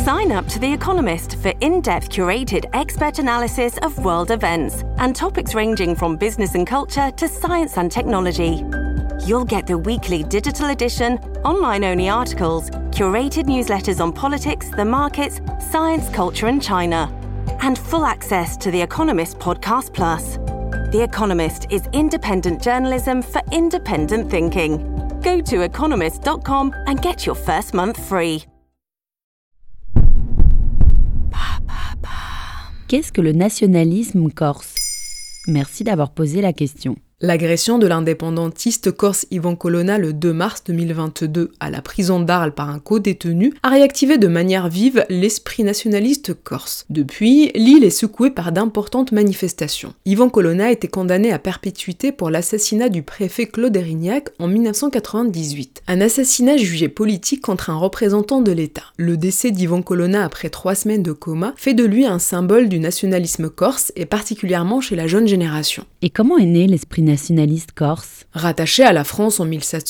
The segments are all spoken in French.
Sign up to The Economist for in-depth curated expert analysis of world events and topics ranging from business and culture to science and technology. You'll get the weekly digital edition, online-only articles, curated newsletters on politics, the markets, science, culture and China, and full access to The Economist Podcast Plus. The Economist is independent journalism for independent thinking. Go to economist.com and get your first month free. Qu'est-ce que le nationalisme corse ? Merci d'avoir posé la question. L'agression de l'indépendantiste corse Ivan Colonna le 2 mars 2022 à la prison d'Arles par un co-détenu a réactivé de manière vive l'esprit nationaliste corse. Depuis, l'île est secouée par d'importantes manifestations. Ivan Colonna a été condamné à perpétuité pour l'assassinat du préfet Claude Erignac en 1998. Un assassinat jugé politique contre un représentant de l'État. Le décès d'Ivan Colonna après 3 semaines de coma fait de lui un symbole du nationalisme corse et particulièrement chez la jeune génération. Et comment est né l'esprit nationaliste corse ? Rattachée à la France en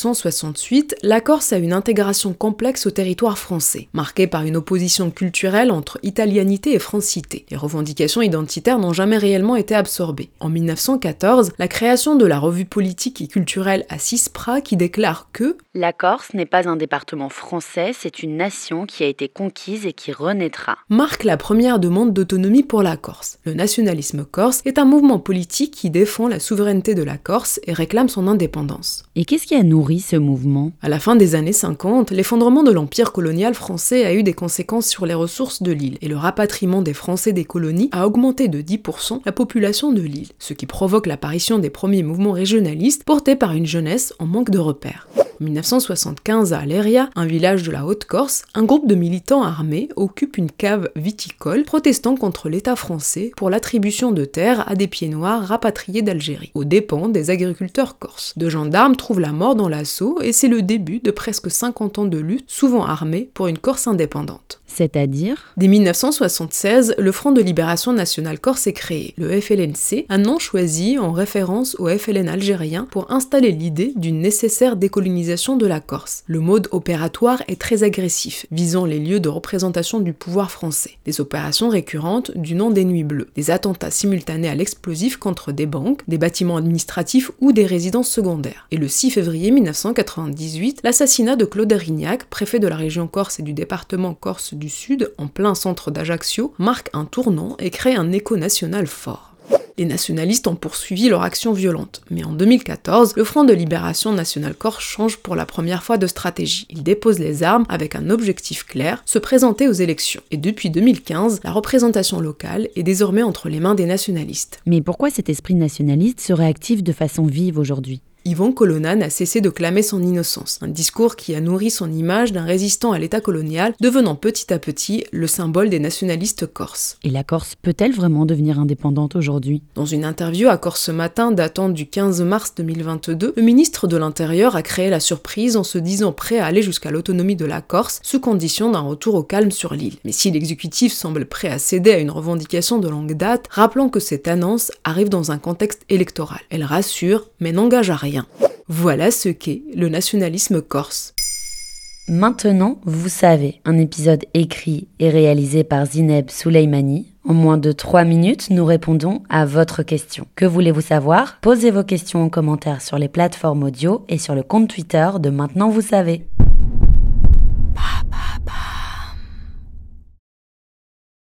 1768, la Corse a une intégration complexe au territoire français, marquée par une opposition culturelle entre italianité et francité. Les revendications identitaires n'ont jamais réellement été absorbées. En 1914, la création de la revue politique et culturelle à CISPRA qui déclare que « La Corse n'est pas un département français, c'est une nation qui a été conquise et qui renaîtra » marque la première demande d'autonomie pour la Corse. Le nationalisme corse est un mouvement politique qui défend la souveraineté de la Corse et réclame son indépendance. Et qu'est-ce qui a nourri ce mouvement ? À la fin des années 50, l'effondrement de l'empire colonial français a eu des conséquences sur les ressources de l'île et le rapatriement des Français des colonies a augmenté de 10% la population de l'île, ce qui provoque l'apparition des premiers mouvements régionalistes portés par une jeunesse en manque de repères. En 1975, à Aléria, un village de la Haute-Corse, un groupe de militants armés occupe une cave viticole protestant contre l'État français pour l'attribution de terres à des pieds-noirs rapatriés d'Algérie, aux dépens des agriculteurs corses. Deux gendarmes trouvent la mort dans l'assaut et c'est le début de presque 50 ans de lutte, souvent armée, pour une Corse indépendante. C'est-à-dire ? Dès 1976, le Front de Libération Nationale Corse est créé, le FLNC, un nom choisi en référence au FLN algérien pour installer l'idée d'une nécessaire décolonisation de la Corse. Le mode opératoire est très agressif, visant les lieux de représentation du pouvoir français. Des opérations récurrentes du nom des Nuits Bleues, des attentats simultanés à l'explosif contre des banques, des bâtiments administratifs ou des résidences secondaires. Et le 6 février 1998, l'assassinat de Claude Erignac, préfet de la région Corse et du département Corse du Sud, en plein centre d'Ajaccio, marque un tournant et crée un écho national fort. Les nationalistes ont poursuivi leur action violente, mais en 2014, le Front de Libération Nationale Corse change pour la première fois de stratégie. Il dépose les armes avec un objectif clair, se présenter aux élections. Et depuis 2015, la représentation locale est désormais entre les mains des nationalistes. Mais pourquoi cet esprit nationaliste se réactive de façon vive aujourd'hui ? Ivan Colonna n'a cessé de clamer son innocence, un discours qui a nourri son image d'un résistant à l'État colonial, devenant petit à petit le symbole des nationalistes corses. Et la Corse peut-elle vraiment devenir indépendante aujourd'hui ? Dans une interview à Corse ce matin datant du 15 mars 2022, le ministre de l'Intérieur a créé la surprise en se disant prêt à aller jusqu'à l'autonomie de la Corse, sous condition d'un retour au calme sur l'île. Mais si l'exécutif semble prêt à céder à une revendication de longue date, rappelons que cette annonce arrive dans un contexte électoral. Elle rassure, mais n'engage à rien. Voilà ce qu'est le nationalisme corse. Maintenant, vous savez, un épisode écrit et réalisé par Zineb Souleymani. En moins de 3 minutes, nous répondons à votre question. Que voulez-vous savoir ? Posez vos questions en commentaire sur les plateformes audio et sur le compte Twitter de Maintenant Vous Savez.